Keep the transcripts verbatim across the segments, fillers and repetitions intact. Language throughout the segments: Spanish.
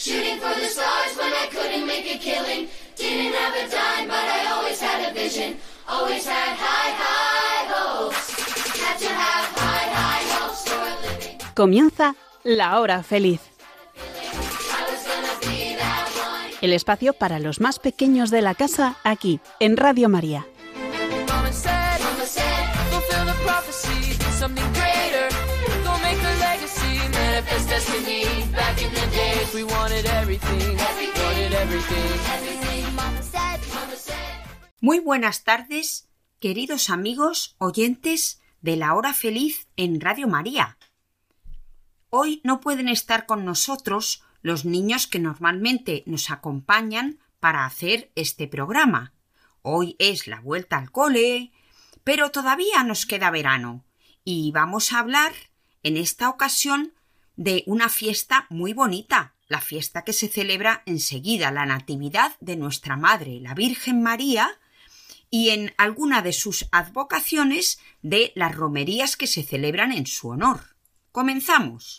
Shooting for the stars when I couldn't make a killing. Didn't have a dime, but I always had a vision. Always had high, high hopes. Had to have high, high hopes for a living. Comienza La Hora Feliz. El espacio para los más pequeños de la casa, aquí, en Radio María. Muy buenas tardes, queridos amigos oyentes de La Hora Feliz en Radio María. Hoy no pueden estar con nosotros los niños que normalmente nos acompañan para hacer este programa. Hoy es la vuelta al cole, pero todavía nos queda verano y vamos a hablar en esta ocasión de una fiesta muy bonita, la fiesta que se celebra enseguida, la Natividad de nuestra Madre, la Virgen María, y en alguna de sus advocaciones de las romerías que se celebran en su honor. ¡Comenzamos!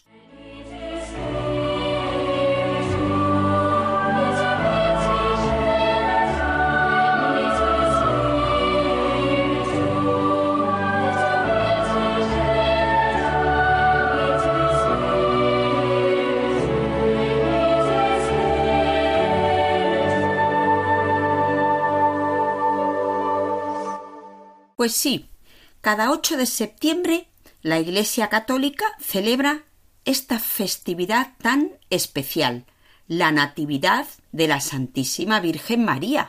Pues sí, cada ocho de septiembre la Iglesia Católica celebra esta festividad tan especial, la Natividad de la Santísima Virgen María.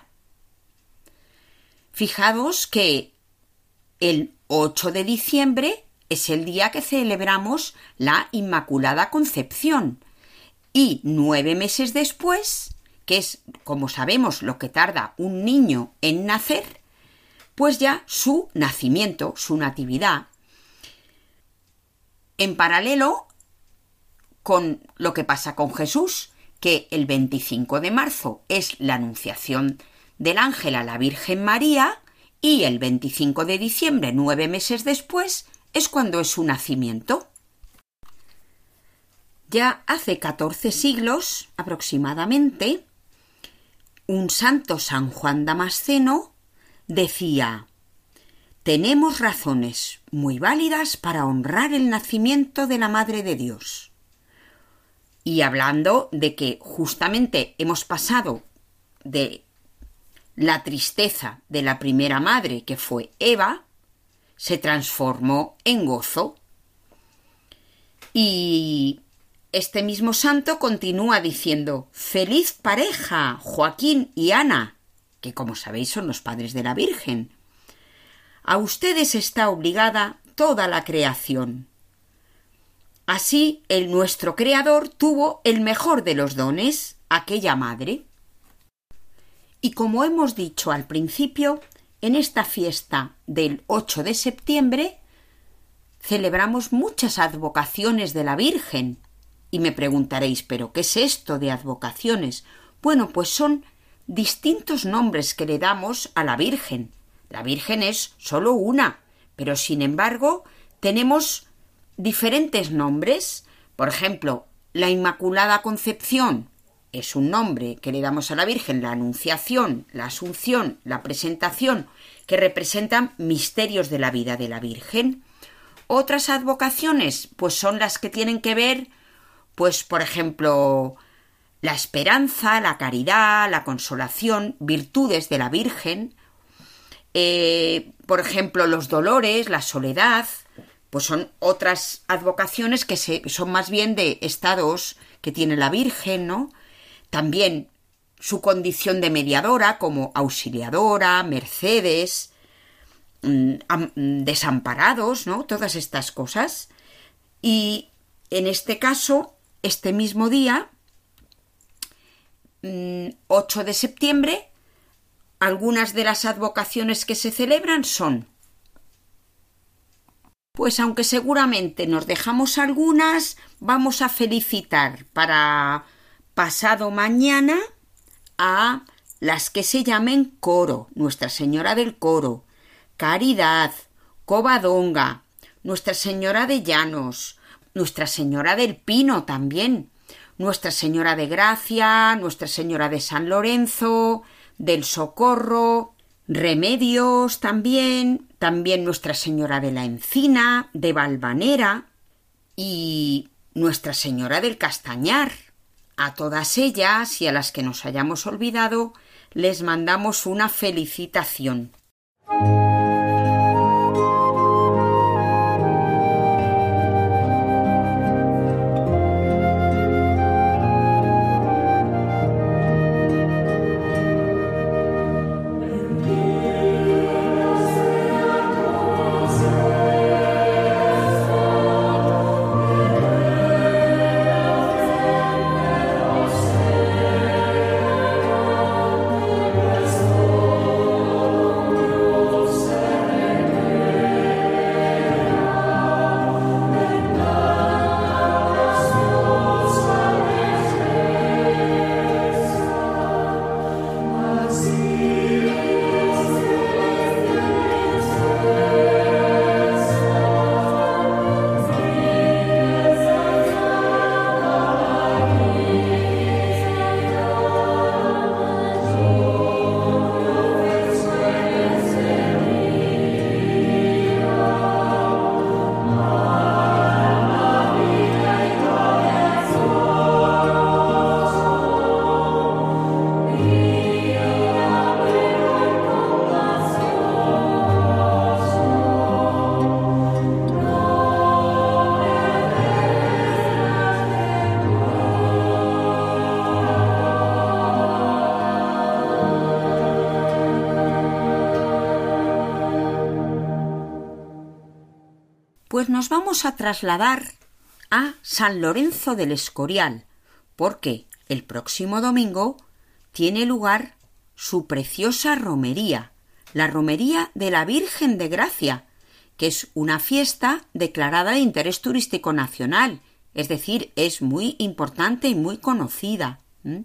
Fijaos que el ocho de diciembre es el día que celebramos la Inmaculada Concepción y nueve meses después, que es, como sabemos, lo que tarda un niño en nacer, pues ya su nacimiento, su natividad. En paralelo con lo que pasa con Jesús, que el veinticinco de marzo es la anunciación del ángel a la Virgen María y el veinticinco de diciembre, nueve meses después, es cuando es su nacimiento. Ya hace catorce siglos aproximadamente, un santo San Juan Damasceno decía: tenemos razones muy válidas para honrar el nacimiento de la Madre de Dios. Y hablando de que justamente hemos pasado de la tristeza de la primera madre, que fue Eva, se transformó en gozo. Y este mismo santo continúa diciendo: feliz pareja, Joaquín y Ana, que como sabéis son los padres de la Virgen. A ustedes está obligada toda la creación. Así el nuestro Creador tuvo el mejor de los dones, aquella madre. Y como hemos dicho al principio, en esta fiesta del ocho de septiembre celebramos muchas advocaciones de la Virgen. Y me preguntaréis, ¿pero qué es esto de advocaciones? Bueno, pues son distintos nombres que le damos a la Virgen. La Virgen es solo una, pero sin embargo tenemos diferentes nombres. Por ejemplo, la Inmaculada Concepción es un nombre que le damos a la Virgen, la Anunciación, la Asunción, la Presentación, que representan misterios de la vida de la Virgen. Otras advocaciones, pues son las que tienen que ver, pues por ejemplo, la esperanza, la caridad, la consolación, virtudes de la Virgen. Eh, por ejemplo, los dolores, la soledad, pues son otras advocaciones que se, son más bien de estados que tiene la Virgen, ¿no? También su condición de mediadora, como auxiliadora, mercedes, mmm, desamparados, ¿no? Todas estas cosas. Y en este caso, este mismo día, ocho de septiembre, algunas de las advocaciones que se celebran son, pues aunque seguramente nos dejamos algunas, vamos a felicitar para pasado mañana a las que se llamen Coro, Nuestra Señora del Coro, Caridad, Covadonga, Nuestra Señora de Llanos, Nuestra Señora del Pino también, Nuestra Señora de Gracia, Nuestra Señora de San Lorenzo, del Socorro, Remedios también, también Nuestra Señora de la Encina, de Valvanera y Nuestra Señora del Castañar. A todas ellas y a las que nos hayamos olvidado, les mandamos una felicitación. Pues nos vamos a trasladar a San Lorenzo del Escorial, porque el próximo domingo tiene lugar su preciosa romería, la romería de la Virgen de Gracia, que es una fiesta declarada de interés turístico nacional, es decir, es muy importante y muy conocida.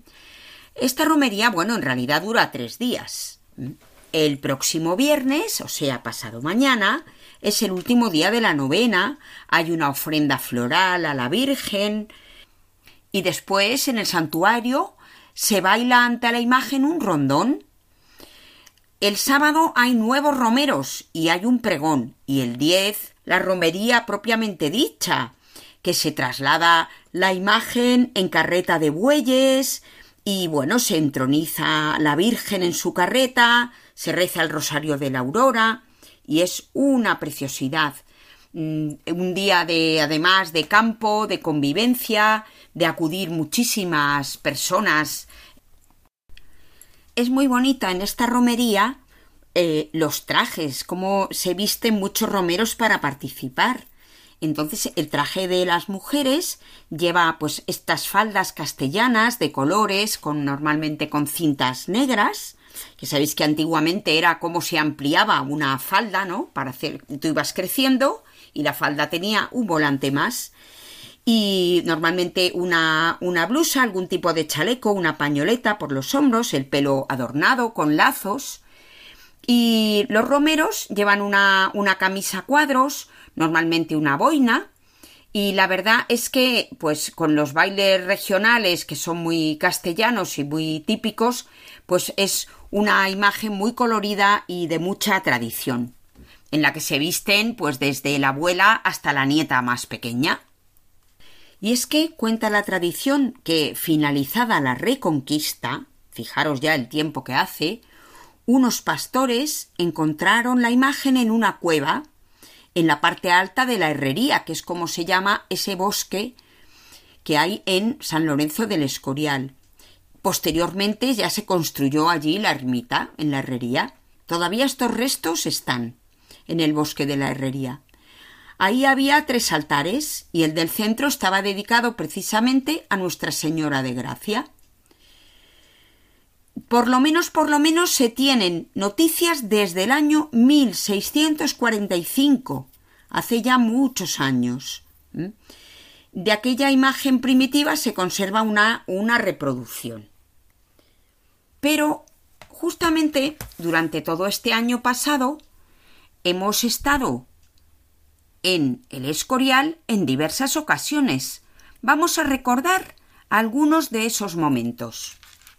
Esta romería, bueno, en realidad dura tres días. El próximo viernes, o sea, pasado mañana, es el último día de la novena, hay una ofrenda floral a la Virgen y después en el santuario se baila ante la imagen un rondón. El sábado hay nuevos romeros y hay un pregón y el diez la romería propiamente dicha, que se traslada la imagen en carreta de bueyes y bueno, se entroniza la Virgen en su carreta, se reza el rosario de la aurora y es una preciosidad. Un día de, además, de campo, de convivencia, de acudir muchísimas personas. Es muy bonita en esta romería eh, los trajes, cómo se visten muchos romeros para participar. Entonces el traje de las mujeres lleva pues estas faldas castellanas de colores, con normalmente con cintas negras, que sabéis que antiguamente era como se ampliaba una falda, ¿no? Para hacer, tú ibas creciendo y la falda tenía un volante más. Y normalmente una, una blusa, algún tipo de chaleco, una pañoleta por los hombros, el pelo adornado con lazos. Y los romeros llevan una, una camisa a cuadros, normalmente una boina. Y la verdad es que, pues, con los bailes regionales que son muy castellanos y muy típicos, pues es una imagen muy colorida y de mucha tradición, en la que se visten, pues, desde la abuela hasta la nieta más pequeña. Y es que cuenta la tradición que, finalizada la Reconquista, fijaros ya el tiempo que hace, unos pastores encontraron la imagen en una cueva, en la parte alta de la Herrería, que es como se llama ese bosque que hay en San Lorenzo del Escorial. Posteriormente ya se construyó allí la ermita, en la Herrería. Todavía estos restos están en el bosque de la Herrería. Ahí había tres altares y el del centro estaba dedicado precisamente a Nuestra Señora de Gracia. Por lo menos, por lo menos se tienen noticias desde el año mil seiscientos cuarenta y cinco, hace ya muchos años. De aquella imagen primitiva se conserva una, una reproducción. Pero justamente durante todo este año pasado hemos estado en el Escorial en diversas ocasiones. Vamos a recordar algunos de esos momentos.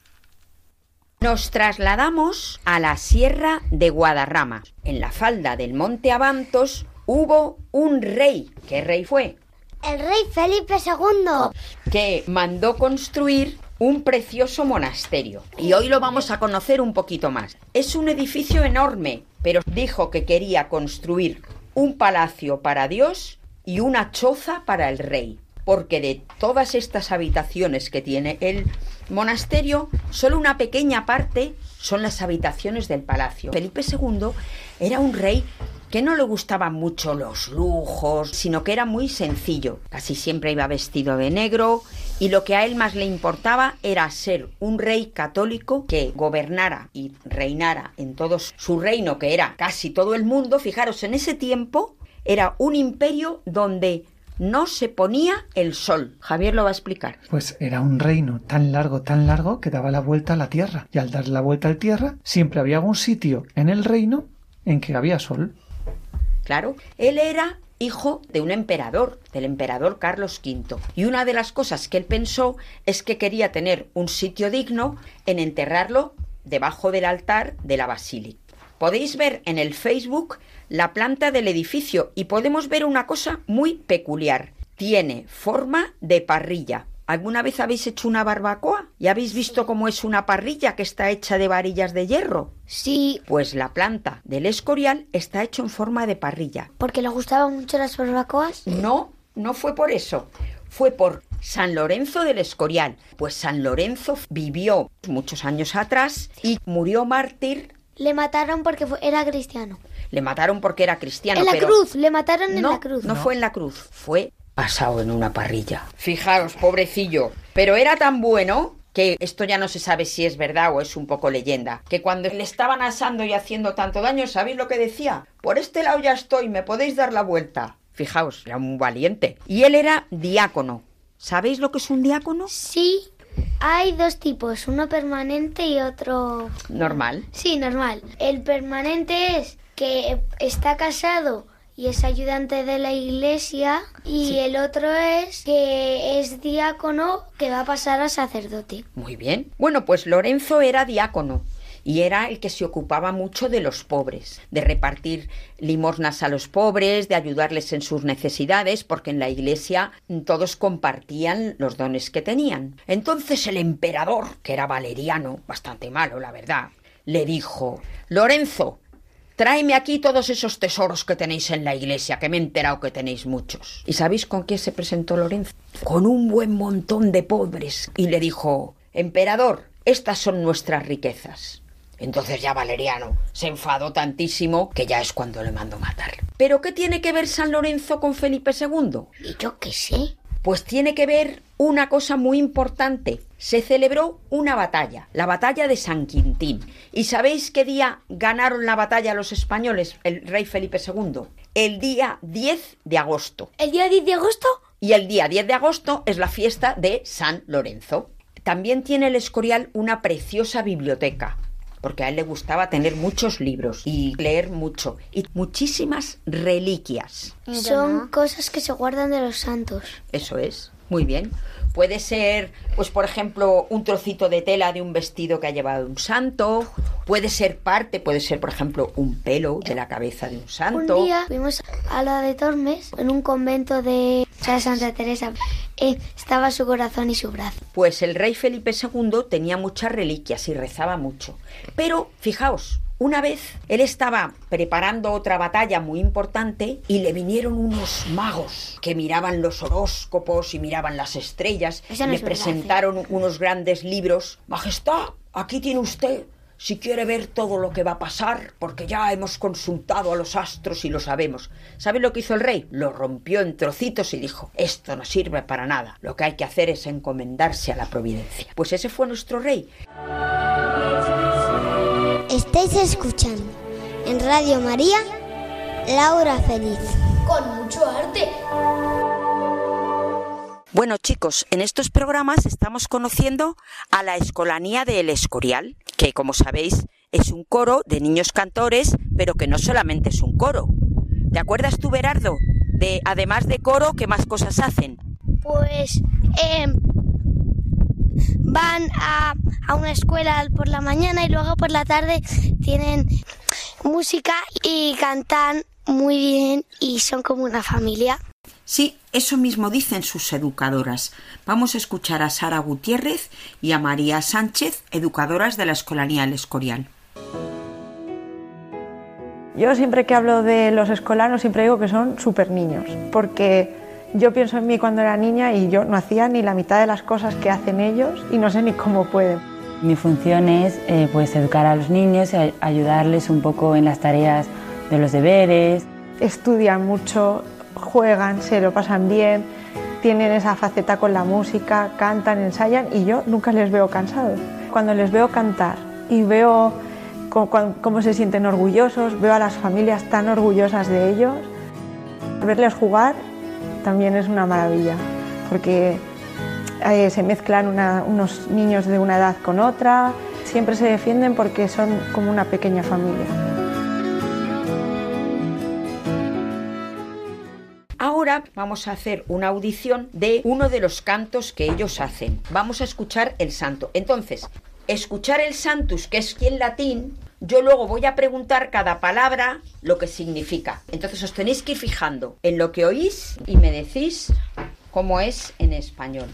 Nos trasladamos a la Sierra de Guadarrama. En la falda del Monte Abantos hubo un rey. ¿Qué rey fue? El rey Felipe segundo. Que mandó construir un precioso monasterio. Y hoy lo vamos a conocer un poquito más. Es un edificio enorme, pero dijo que quería construir un palacio para Dios y una choza para el rey. Porque de todas estas habitaciones que tiene el monasterio, solo una pequeña parte son las habitaciones del palacio. Felipe segundo era un rey que no le gustaban mucho los lujos, sino que era muy sencillo. Casi siempre iba vestido de negro y lo que a él más le importaba era ser un rey católico que gobernara y reinara en todo su reino, que era casi todo el mundo. Fijaros, en ese tiempo era un imperio donde no se ponía el sol. Javier lo va a explicar. Pues era un reino tan largo, tan largo, que daba la vuelta a la tierra. Y al dar la vuelta a la tierra, siempre había algún sitio en el reino en que había sol. Claro, él era hijo de un emperador, del emperador Carlos quinto. Y una de las cosas que él pensó es que quería tener un sitio digno en enterrarlo debajo del altar de la basílica. Podéis ver en el Facebook la planta del edificio y podemos ver una cosa muy peculiar. Tiene forma de parrilla. ¿Alguna vez habéis hecho una barbacoa? ¿Y habéis visto cómo es una parrilla que está hecha de varillas de hierro? Sí. Pues la planta del Escorial está hecho en forma de parrilla. ¿Porque le gustaban mucho las barbacoas? No, no fue por eso. Fue por San Lorenzo del Escorial. Pues San Lorenzo vivió muchos años atrás y murió mártir. Le mataron porque fue, era cristiano. Le mataron porque era cristiano. En la pero cruz, le mataron en no, la cruz. No, no fue en la cruz, fue pasado en una parrilla. Fijaros, pobrecillo. Pero era tan bueno que esto ya no se sabe si es verdad o es un poco leyenda. Que cuando le estaban asando y haciendo tanto daño, ¿sabéis lo que decía? Por este lado ya estoy, me podéis dar la vuelta. Fijaos, era un valiente. Y él era diácono. ¿Sabéis lo que es un diácono? Sí. Hay dos tipos, uno permanente y otro... Normal. Sí, normal. El permanente es que está casado y es ayudante de la iglesia y sí. El otro es que es diácono que va a pasar a sacerdote. Muy bien. Bueno, pues Lorenzo era diácono. Y era el que se ocupaba mucho de los pobres, de repartir limosnas a los pobres, de ayudarles en sus necesidades, porque en la iglesia todos compartían los dones que tenían. Entonces el emperador, que era Valeriano, bastante malo, la verdad, le dijo: Lorenzo, tráeme aquí todos esos tesoros que tenéis en la iglesia, que me he enterado que tenéis muchos. ¿Y sabéis con quién se presentó Lorenzo? Con un buen montón de pobres. Y le dijo: Emperador, estas son nuestras riquezas. Entonces ya Valeriano se enfadó tantísimo que ya es cuando le mandó matar. ¿Pero qué tiene que ver San Lorenzo con Felipe segundo? ¿Y yo qué sé? Pues tiene que ver una cosa muy importante. Se celebró una batalla, la batalla de San Quintín. ¿Y sabéis qué día ganaron la batalla los españoles, el rey Felipe segundo? El día diez de agosto. ¿El día diez de agosto? Y el día diez de agosto es la fiesta de San Lorenzo. También tiene el Escorial una preciosa biblioteca, porque a él le gustaba tener muchos libros y leer mucho. Y muchísimas reliquias. Son cosas que se guardan de los santos. Eso es, muy bien. Puede ser, pues por ejemplo, un trocito de tela de un vestido que ha llevado un santo. Puede ser parte, puede ser, por ejemplo, un pelo de la cabeza de un santo. Un día fuimos a la de Tormes, en un convento de Santa Teresa. Eh, estaba su corazón y su brazo. Pues el rey Felipe segundo tenía muchas reliquias y rezaba mucho. Pero, fijaos, una vez él estaba preparando otra batalla muy importante y le vinieron unos magos que miraban los horóscopos y miraban las estrellas. Eso y no le es verdad, presentaron ¿sí? unos grandes libros. Majestad, aquí tiene usted, si quiere ver todo lo que va a pasar, porque ya hemos consultado a los astros y lo sabemos. ¿Sabe lo que hizo el rey? Lo rompió en trocitos y dijo: esto no sirve para nada. Lo que hay que hacer es encomendarse a la providencia. Pues ese fue nuestro rey. Estáis escuchando en Radio María Laura Feliz. Con mucho arte. Bueno, chicos, en estos programas estamos conociendo a la Escolanía de El Escorial, que, como sabéis, es un coro de niños cantores, pero que no solamente es un coro. ¿Te acuerdas tú, Berardo, de además de coro, qué más cosas hacen? Pues eh, van a, a una escuela por la mañana y luego por la tarde tienen música y cantan muy bien y son como una familia. Sí, eso mismo dicen sus educadoras. Vamos a escuchar a Sara Gutiérrez y a María Sánchez, educadoras de la Escolanía El Escorial. Yo siempre que hablo de los escolanos siempre digo que son súper niños, porque yo pienso en mí cuando era niña y yo no hacía ni la mitad de las cosas que hacen ellos y no sé ni cómo pueden. Mi función es eh, pues educar a los niños y ayudarles un poco en las tareas de los deberes. Estudian mucho, juegan, se lo pasan bien, tienen esa faceta con la música, cantan, ensayan y yo nunca les veo cansados. Cuando les veo cantar y veo cómo se sienten orgullosos, veo a las familias tan orgullosas de ellos, verles jugar también es una maravilla, porque eh, se mezclan una, unos niños de una edad con otra, siempre se defienden porque son como una pequeña familia. Ahora vamos a hacer una audición de uno de los cantos que ellos hacen. Vamos a escuchar el santo. Entonces, escuchar el Santus, que es en latín, yo luego voy a preguntar cada palabra lo que significa. Entonces os tenéis que ir fijando en lo que oís y me decís cómo es en español.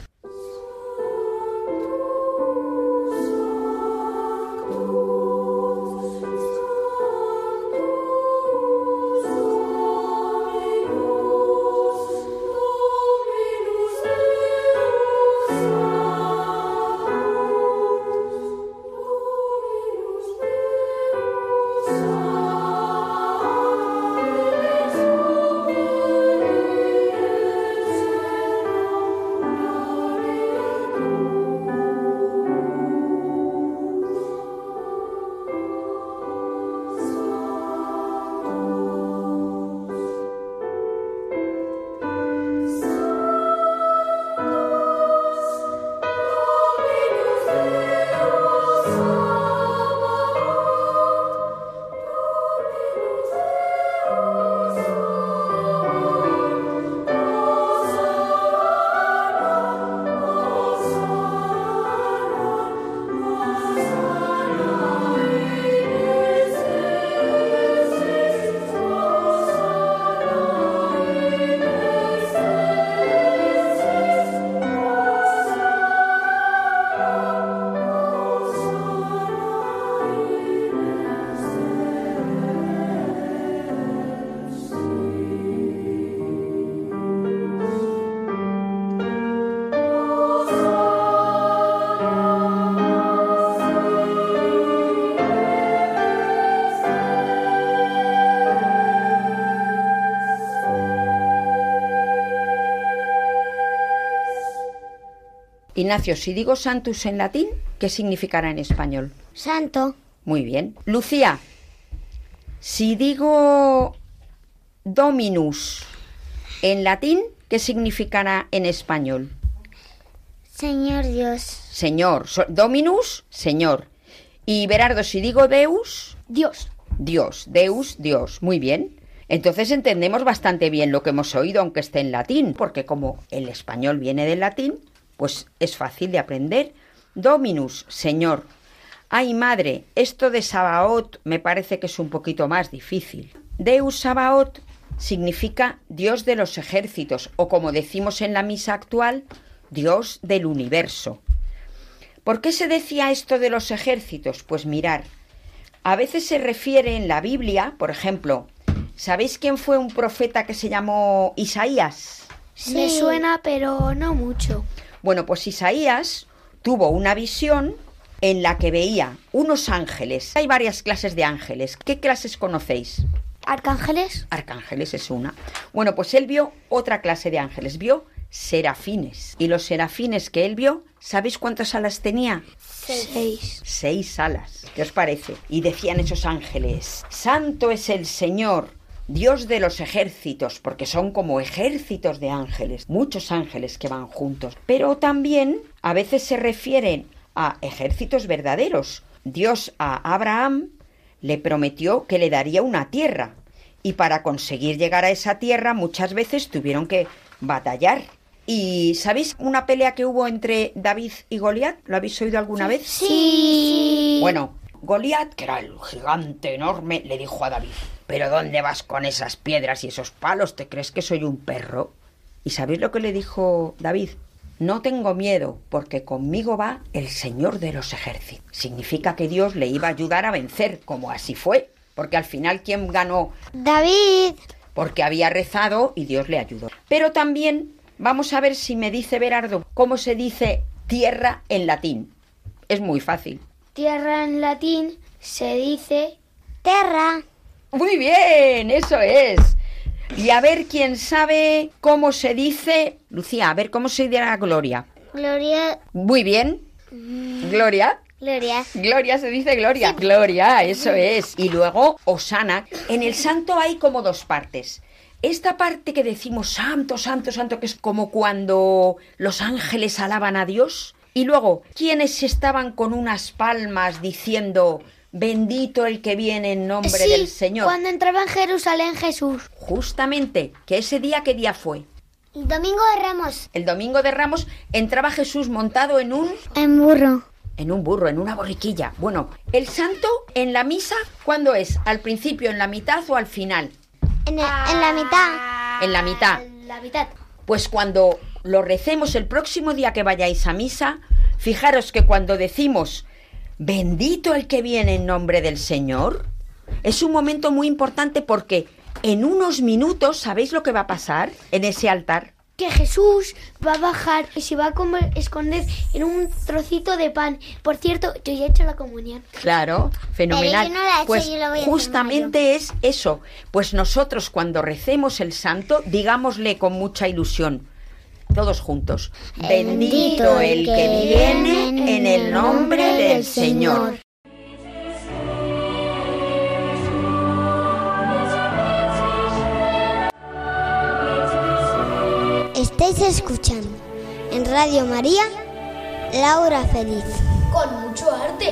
Ignacio, si digo Santus en latín, ¿qué significará en español? Santo. Muy bien. Lucía, si digo Dominus en latín, ¿qué significará en español? Señor Dios. Señor. Dominus, Señor. Y Berardo, si digo Deus... Dios. Dios. Deus, Dios. Muy bien. Entonces entendemos bastante bien lo que hemos oído, aunque esté en latín, porque como el español viene del latín, pues es fácil de aprender. Dominus, Señor. Ay, madre, esto de Sabaoth me parece que es un poquito más difícil. Deus Sabaoth significa Dios de los ejércitos, o como decimos en la misa actual, Dios del universo. ¿Por qué se decía esto de los ejércitos? Pues mirar, a veces se refiere en la Biblia, por ejemplo, ¿sabéis quién fue un profeta que se llamó Isaías? Sí. Me suena, pero no mucho. Bueno, pues Isaías tuvo una visión en la que veía unos ángeles. Hay varias clases de ángeles. ¿Qué clases conocéis? ¿Arcángeles? Arcángeles es una. Bueno, pues él vio otra clase de ángeles. Vio serafines. Y los serafines que él vio, ¿sabéis cuántas alas tenía? Seis. Seis alas. ¿Qué os parece? Y decían esos ángeles, Santo es el Señor, Dios de los ejércitos, porque son como ejércitos de ángeles, muchos ángeles que van juntos. Pero también a veces se refieren a ejércitos verdaderos. Dios a Abraham le prometió que le daría una tierra, y para conseguir llegar a esa tierra muchas veces tuvieron que batallar. ¿Y sabéis una pelea que hubo entre David y Goliat? ¿Lo habéis oído alguna vez? Sí. Bueno, Goliat, que era el gigante enorme, le dijo a David: ¿pero dónde vas con esas piedras y esos palos? ¿Te crees que soy un perro? ¿Y sabéis lo que le dijo David? No tengo miedo, porque conmigo va el Señor de los ejércitos. Significa que Dios le iba a ayudar a vencer, como así fue. Porque al final, ¿quién ganó? David. Porque había rezado y Dios le ayudó. Pero también, vamos a ver si me dice Berardo cómo se dice tierra en latín. Es muy fácil. Tierra en latín se dice Terra. Muy bien, eso es. Y a ver quién sabe cómo se dice... Lucía, a ver cómo se dirá Gloria. Gloria. Muy bien. Gloria. Gloria. Gloria, se dice Gloria. Gloria, eso es. Y luego, Osana. En el santo hay como dos partes. Esta parte que decimos santo, santo, santo, que es como cuando los ángeles alaban a Dios. Y luego, quienes estaban con unas palmas diciendo... Bendito el que viene en nombre sí, del Señor. Cuando entraba en Jerusalén Jesús. Justamente, que ese día, ¿qué día fue? El domingo de Ramos. El domingo de Ramos entraba Jesús montado en un... En burro. En un burro, en una borriquilla. Bueno, el santo en la misa, ¿cuándo es? ¿Al principio, en la mitad o al final? En, el, en la mitad. En la mitad. La mitad. Pues cuando lo recemos el próximo día que vayáis a misa, fijaros que cuando decimos... Bendito el que viene en nombre del Señor. Es un momento muy importante porque en unos minutos, ¿sabéis lo que va a pasar en ese altar? Que Jesús va a bajar y se va a comer, esconder en un trocito de pan. Por cierto, yo ya he hecho la comunión. Claro, fenomenal. Pero yo no la he hecho, pues yo lo voy a hacer justamente es eso. Pues nosotros cuando recemos el santo, digámosle con mucha ilusión. Todos juntos. Bendito el que viene en el nombre del Señor. Estáis escuchando en Radio María, La Hora Feliz. Con mucho arte.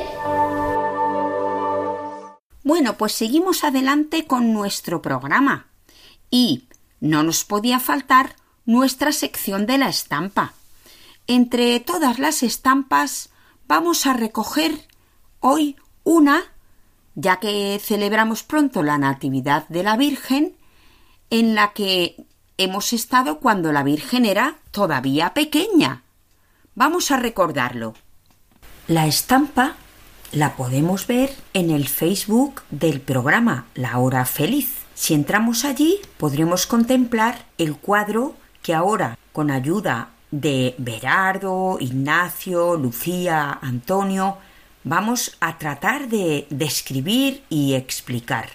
Bueno, pues seguimos adelante con nuestro programa. Y no nos podía faltar nuestra sección de la estampa. Entre todas las estampas vamos a recoger hoy una, ya que celebramos pronto la Natividad de la Virgen, en la que hemos estado cuando la Virgen era todavía pequeña. Vamos a recordarlo. La estampa la podemos ver en el Facebook del programa La Hora Feliz. Si entramos allí, podremos contemplar el cuadro que ahora, con ayuda de Berardo, Ignacio, Lucía, Antonio, vamos a tratar de describir y explicar.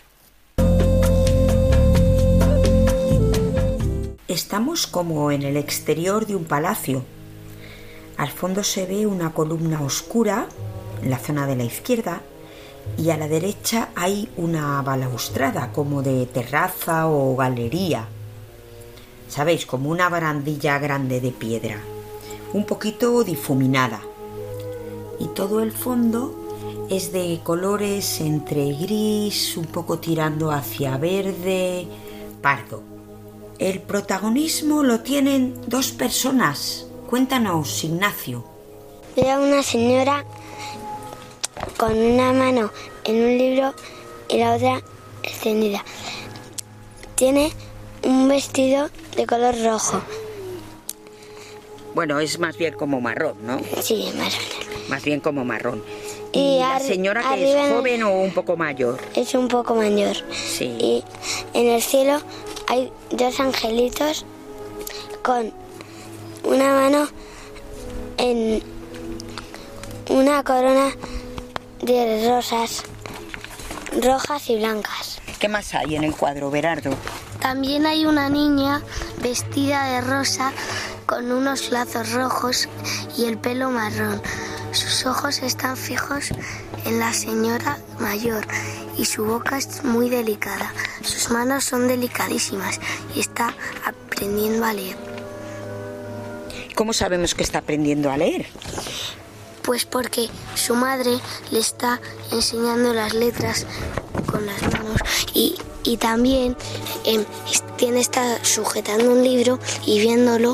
Estamos como en el exterior de un palacio. Al fondo se ve una columna oscura en la zona de la izquierda y a la derecha hay una balaustrada como de terraza o galería. ¿Sabéis? Como una barandilla grande de piedra, un poquito difuminada. Y todo el fondo es de colores entre gris, un poco tirando hacia verde, pardo. El protagonismo lo tienen dos personas. Cuéntanos, Ignacio. Era una señora con una mano en un libro y la otra extendida. Tiene un vestido de color rojo. Bueno, es más bien como marrón, ¿no? Sí, marrón. Más bien como marrón. ¿Y, Y la ar- señora que arriba es en- joven o un poco mayor? Es un poco mayor. Sí. Y en el cielo hay dos angelitos con una mano en una corona de rosas rojas y blancas. ¿Qué más hay en el cuadro, Berardo? También hay una niña vestida de rosa con unos lazos rojos y el pelo marrón. Sus ojos están fijos en la señora mayor y su boca es muy delicada. Sus manos son delicadísimas y está aprendiendo a leer. ¿Cómo sabemos que está aprendiendo a leer? Pues porque su madre le está enseñando las letras con las manos y, y también eh, tiene está sujetando un libro y viéndolo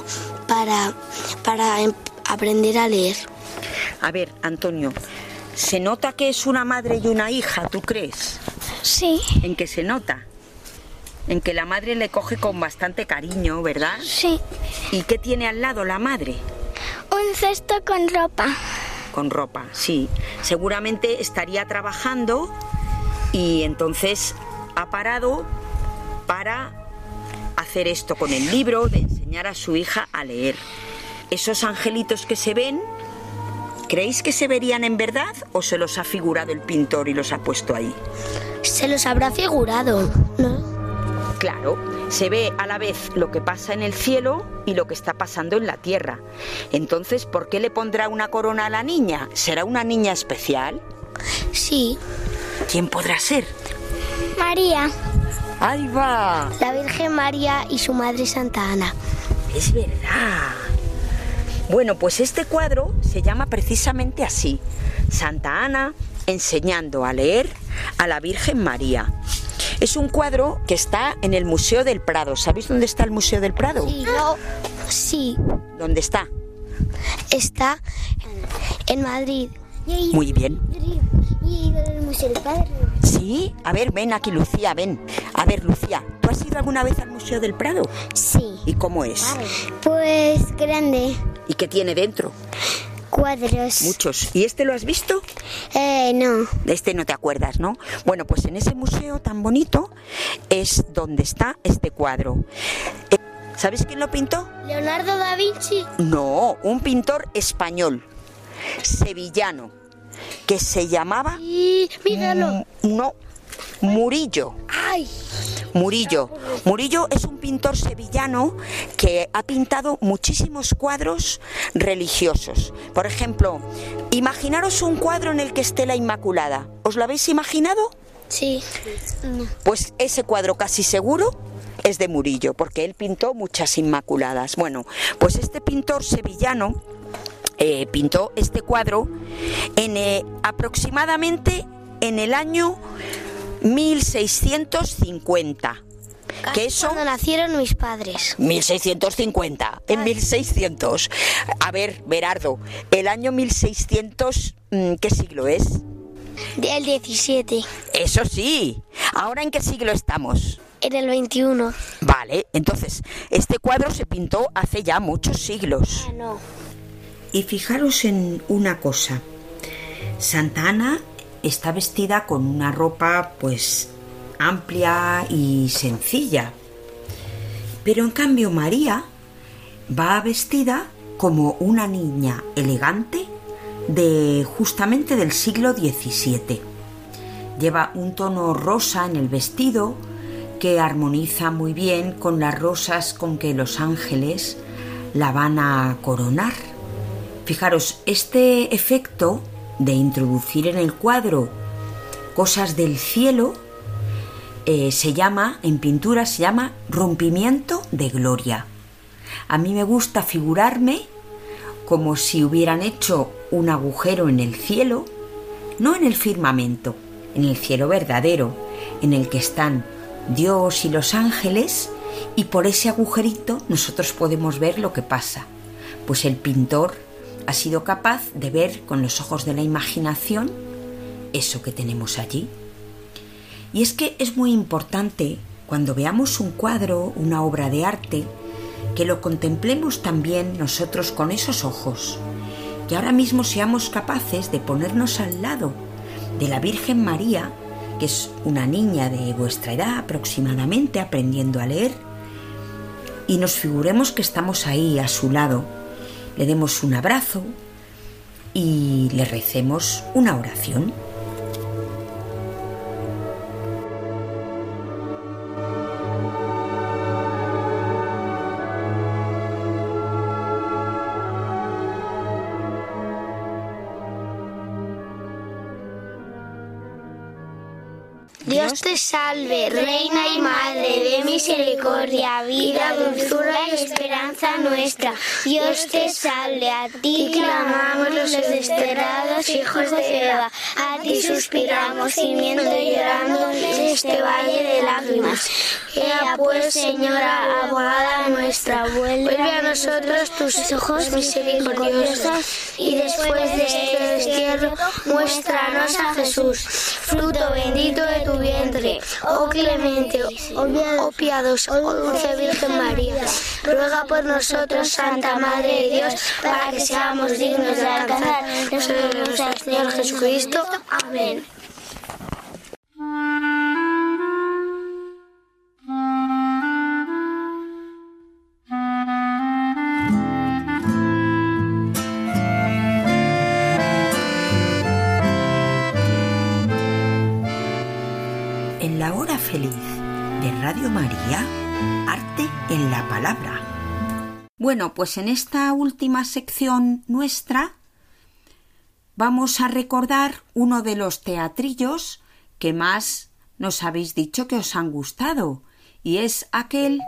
para, para em- aprender a leer. A ver, Antonio, ¿se nota que es una madre y una hija, tú crees? Sí, ¿En qué se nota? En que la madre le coge con bastante cariño, ¿verdad? sí. ¿Y qué tiene al lado la madre? Un cesto con ropa. Con ropa, sí. Seguramente estaría trabajando y entonces ha parado para hacer esto con el libro, de enseñar a su hija a leer. Esos angelitos que se ven, ¿creéis que se verían en verdad o se los ha figurado el pintor y los ha puesto ahí? Se los habrá figurado, ¿no? Claro, se ve a la vez lo que pasa en el cielo y lo que está pasando en la tierra. Entonces, ¿por qué le pondrá una corona a la niña? ¿Será una niña especial? Sí. ¿Quién podrá ser? María. ¡Ahí va! La Virgen María y su madre Santa Ana. Es verdad. Bueno, pues este cuadro se llama precisamente así: Santa Ana enseñando a leer a la Virgen María. Es un cuadro que está en el Museo del Prado. ¿Sabéis dónde está el Museo del Prado? Sí, no. Sí. ¿Dónde está? Está en Madrid. Muy bien. ¿Y el Museo del Prado? ¿Sí? A ver, ven aquí, Lucía, ven. A ver, Lucía, ¿tú has ido alguna vez al Museo del Prado? Sí. ¿Y cómo es? Pues grande. ¿Y qué tiene dentro? Cuadros. Muchos. ¿Y este lo has visto? Eh, no. De este no te acuerdas, ¿no? Bueno, pues en ese museo tan bonito es donde está este cuadro. ¿Sabéis quién lo pintó? Leonardo da Vinci. No, un pintor español, sevillano, que se llamaba... Y míralo. No, Murillo. Ay. Murillo. Murillo es un pintor sevillano que ha pintado muchísimos cuadros religiosos. Por ejemplo, imaginaros un cuadro en el que esté la Inmaculada. ¿Os lo habéis imaginado? Sí. Pues ese cuadro casi seguro es de Murillo, porque él pintó muchas Inmaculadas. Bueno, pues este pintor sevillano eh, pintó este cuadro en eh, aproximadamente en el año mil seiscientos cincuenta. Casi que eso cuando nacieron mis padres. mil seiscientos cincuenta, en mil seiscientos. A ver, Berardo, el año mil seiscientos, ¿qué siglo es? Del diecisiete. Eso sí. ¿Ahora en qué siglo estamos? En el veintiuno. Vale, entonces, este cuadro se pintó hace ya muchos siglos. Ah, no. Y fijaros en una cosa. Santa Ana está vestida con una ropa, pues, amplia y sencilla. Pero en cambio María va vestida como una niña elegante de justamente del siglo diecisiete. Lleva un tono rosa en el vestido que armoniza muy bien con las rosas con que los ángeles la van a coronar. Fijaros, este efecto de introducir en el cuadro cosas del cielo eh, se llama, en pintura se llama rompimiento de gloria. A mí me gusta figurarme como si hubieran hecho un agujero en el cielo, no en el firmamento, en el cielo verdadero, en el que están Dios y los ángeles, y por ese agujerito nosotros podemos ver lo que pasa. Pues el pintor ha sido capaz de ver con los ojos de la imaginación eso que tenemos allí. Y es que es muy importante, cuando veamos un cuadro, una obra de arte, que lo contemplemos también nosotros con esos ojos, que ahora mismo seamos capaces de ponernos al lado de la Virgen María, que es una niña de vuestra edad aproximadamente, aprendiendo a leer, y nos figuremos que estamos ahí a su lado, le demos un abrazo y le recemos una oración. Dios te salve, Reina y Madre de misericordia, vida, dulzura y esperanza nuestra. Dios te salve, a ti clamamos los desterrados hijos de Eva, a ti suspiramos, gimiendo y llorando en este valle de lágrimas. Ea pues, Señora, abogada nuestra, vuelve a nosotros tus ojos misericordiosos, y después de este destierro, muéstranos a Jesús, fruto bendito de tu vientre. Oh clemente, oh piadosa, oh dulce Virgen María, ruega por nosotros, Santa Madre de Dios, para que seamos dignos de alcanzar nuestro Señor Jesucristo. Amén. En la hora feliz de Radio María, Arte en la Palabra. Bueno, pues en esta última sección nuestra vamos a recordar uno de los teatrillos que más nos habéis dicho que os han gustado, y es aquel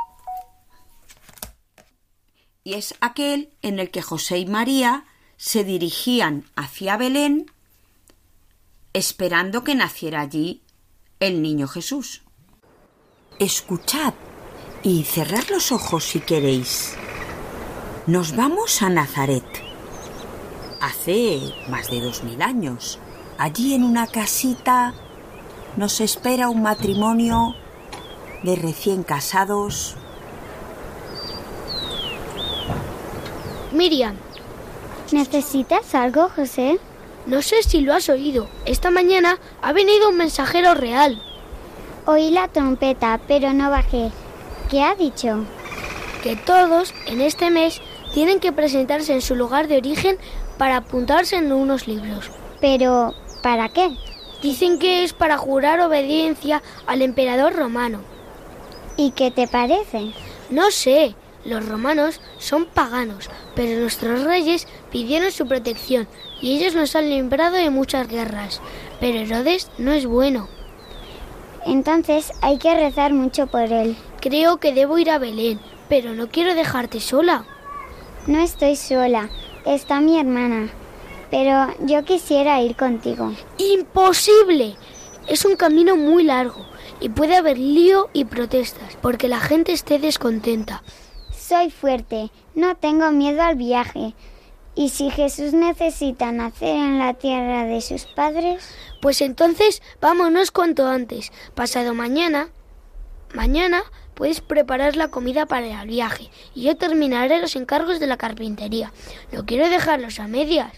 y es aquel en el que José y María se dirigían hacia Belén esperando que naciera allí el niño Jesús. Escuchad y cerrad los ojos si queréis. Nos vamos a Nazaret. Hace más de dos mil años, allí en una casita, nos espera un matrimonio de recién casados. Miriam, ¿necesitas algo, José? no sé si lo has oído. Esta mañana ha venido un mensajero real. Oí la trompeta, pero no bajé. ¿Qué ha dicho? Que todos, en este mes, tienen que presentarse en su lugar de origen para apuntarse en unos libros. Pero, ¿para qué? Dicen que es para jurar obediencia al emperador romano. ¿Y qué te parece? No sé, los romanos son paganos, pero nuestros reyes pidieron su protección y ellos nos han librado de muchas guerras. Pero Herodes no es bueno. Entonces hay que rezar mucho por él. Creo que debo ir a Belén, pero no quiero dejarte sola. No estoy sola, está mi hermana, pero yo quisiera ir contigo. ¡Imposible! Es un camino muy largo y puede haber lío y protestas porque la gente esté descontenta. Soy fuerte, no tengo miedo al viaje. ¿Y si Jesús necesita nacer en la tierra de sus padres? Pues entonces vámonos cuanto antes. Pasado mañana, mañana puedes preparar la comida para el viaje y yo terminaré los encargos de la carpintería. No quiero dejarlos a medias.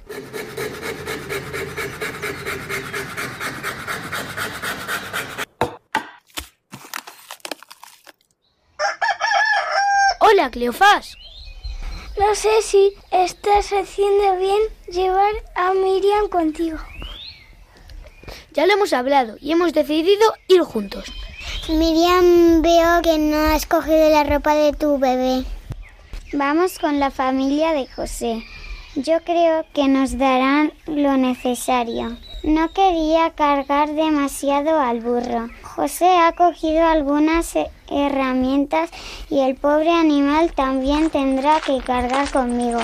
Hola, Cleofás. No sé si estás haciendo bien llevar a Miriam contigo. Ya lo hemos hablado y hemos decidido ir juntos. Miriam, veo que no has cogido la ropa de tu bebé. Vamos con la familia de José. Yo creo que nos darán lo necesario. No quería cargar demasiado al burro. José ha cogido algunas herramientas y el pobre animal también tendrá que cargar conmigo.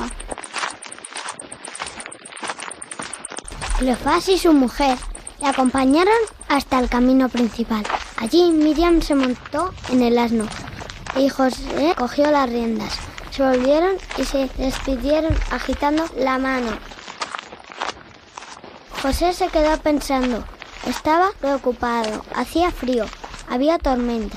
Cleofás y su mujer le acompañaron hasta el camino principal. Allí Miriam se montó en el asno y José cogió las riendas. Se volvieron y se despidieron agitando la mano. José se quedó pensando. Estaba preocupado. Hacía frío. Había tormenta.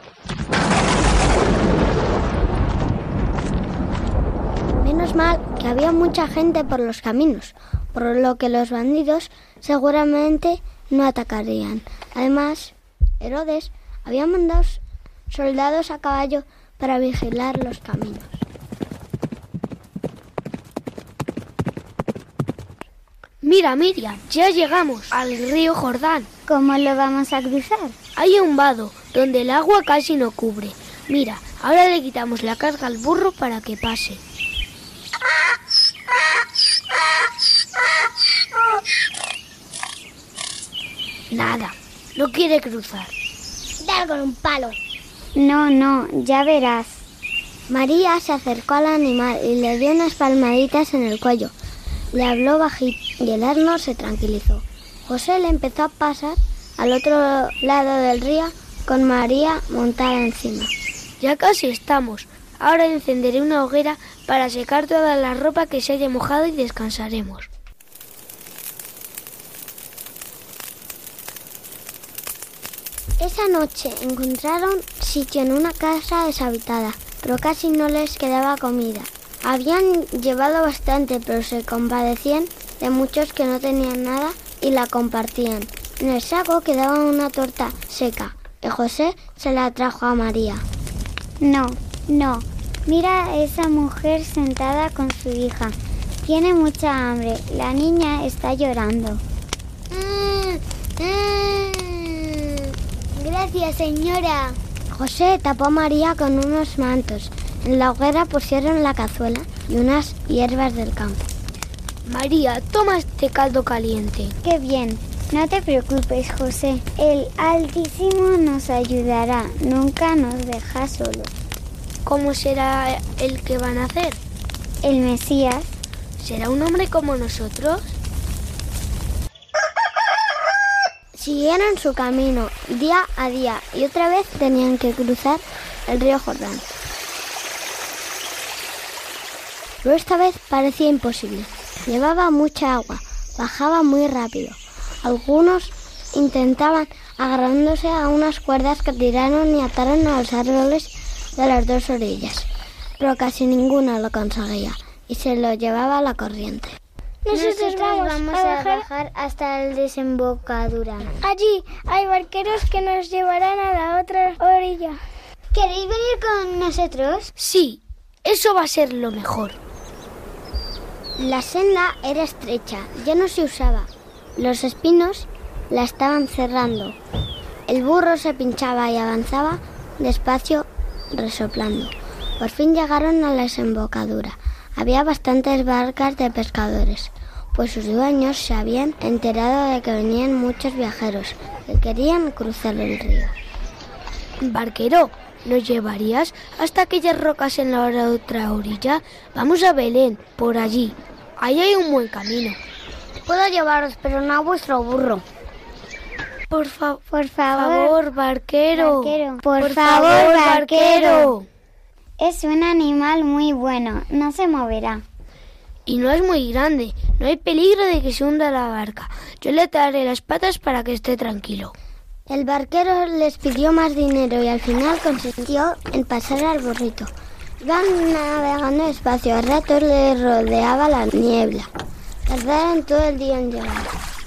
Menos mal que había mucha gente por los caminos, por lo que los bandidos seguramente no atacarían. Además, Herodes había mandado soldados a caballo para vigilar los caminos. Mira, Miriam, ya llegamos al río Jordán. ¿Cómo lo vamos a cruzar? Hay un vado donde el agua casi no cubre. Mira, ahora le quitamos la carga al burro para que pase. Nada, no quiere cruzar. Dale con un palo. No, no, ya verás. María se acercó al animal y le dio unas palmaditas en el cuello. Le habló bajito y el asno se tranquilizó. José le empezó a pasar al otro lado del río con María montada encima. Ya casi estamos. Ahora encenderé una hoguera para secar toda la ropa que se haya mojado y descansaremos. Esa noche encontraron sitio en una casa deshabitada, pero casi no les quedaba comida. Habían llevado bastante, pero se compadecían de muchos que no tenían nada y la compartían. En el saco quedaba una torta seca y José se la trajo a María. No, no. Mira a esa mujer sentada con su hija. Tiene mucha hambre. La niña está llorando. Mm, mm. Gracias, señora. José tapó a María con unos mantos. En la hoguera pusieron la cazuela y unas hierbas del campo. María, toma este caldo caliente. Qué bien. No te preocupes, José. El Altísimo nos ayudará. Nunca nos deja solos. ¿Cómo será el que van a hacer? El Mesías. ¿Será un hombre como nosotros? Siguieron su camino día a día y otra vez tenían que cruzar el río Jordán. Pero esta vez parecía imposible. Llevaba mucha agua, bajaba muy rápido. Algunos intentaban agarrándose a unas cuerdas que tiraron y ataron a los árboles de las dos orillas, pero casi ninguno lo conseguía y se lo llevaba la corriente. Nosotros vamos, vamos a, bajar, a bajar hasta la desembocadura. Allí hay barqueros que nos llevarán a la otra orilla. ¿Queréis venir con nosotros? Sí, eso va a ser lo mejor. La senda era estrecha, ya no se usaba. Los espinos la estaban cerrando. El burro se pinchaba y avanzaba despacio, resoplando. Por fin llegaron a la desembocadura. Había bastantes barcas de pescadores, pues sus dueños se habían enterado de que venían muchos viajeros que querían cruzar el río. Barquero, ¿nos llevarías hasta aquellas rocas en la otra orilla? Vamos a Belén, por allí. Ahí hay un buen camino. Puedo llevaros, pero no a vuestro burro. Por, fa- por favor, favor, barquero. barquero. Por, por favor, favor, barquero. Es un animal muy bueno, no se moverá. Y no es muy grande, no hay peligro de que se hunda la barca. Yo le ataré las patas para que esté tranquilo. El barquero les pidió más dinero y al final consintió en pasar al burrito. Iban navegando despacio, a ratos les rodeaba la niebla. Tardaron todo el día en llegar.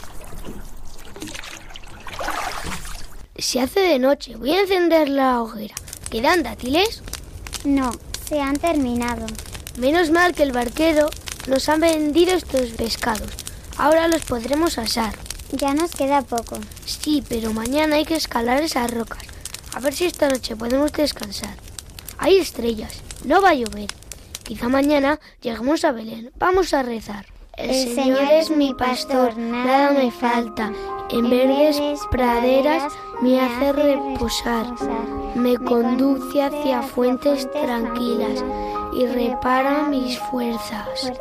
Se hace de noche, voy a encender la hoguera. ¿Quedan dátiles? No, se han terminado. Menos mal que el barquero nos ha vendido estos pescados. Ahora los podremos asar. Ya nos queda poco. Sí, pero mañana hay que escalar esas rocas. A ver si esta noche podemos descansar. Hay estrellas, no va a llover. Quizá mañana lleguemos a Belén. Vamos a rezar. El, el Señor es mi pastor, nada me falta. En verdes praderas me hace reposar. Me conduce hacia fuentes tranquilas y repara mis fuerzas.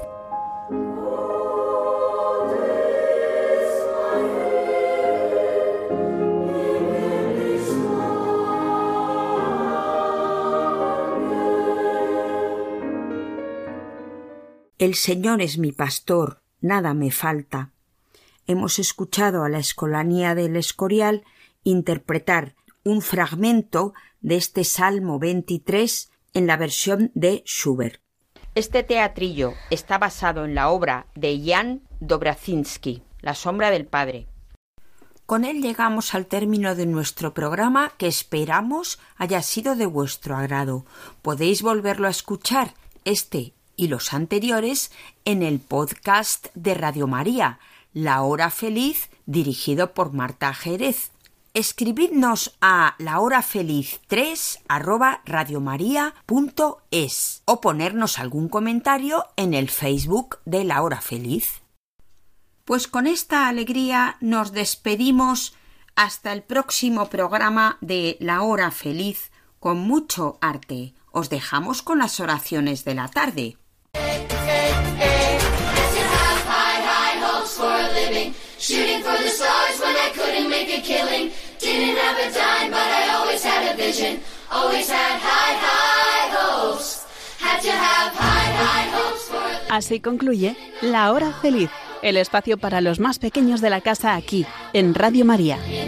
El Señor es mi pastor, nada me falta. Hemos escuchado a la Escolanía del Escorial interpretar un fragmento de este Salmo veintitrés en la versión de Schubert. Este teatrillo está basado en la obra de Jan Dobrazinski, La sombra del Padre. Con él llegamos al término de nuestro programa, que esperamos haya sido de vuestro agrado. Podéis volverlo a escuchar, este y los anteriores, en el podcast de Radio María, La Hora Feliz, dirigido por Marta Jerez. Escribidnos a lahorafeliz tres arroba radiomaria punto es o ponernos algún comentario en el Facebook de La Hora Feliz. Pues con esta alegría nos despedimos hasta el próximo programa de La Hora Feliz con mucho arte. Os dejamos con las oraciones de la tarde. Shooting for the stars when I couldn't make a killing. Didn't have a dime, but I always had a vision. Always had high, high hopes. Had to have high, high hopes for a... Así concluye La Hora Feliz, el espacio para los más pequeños de la casa aquí, en Radio María.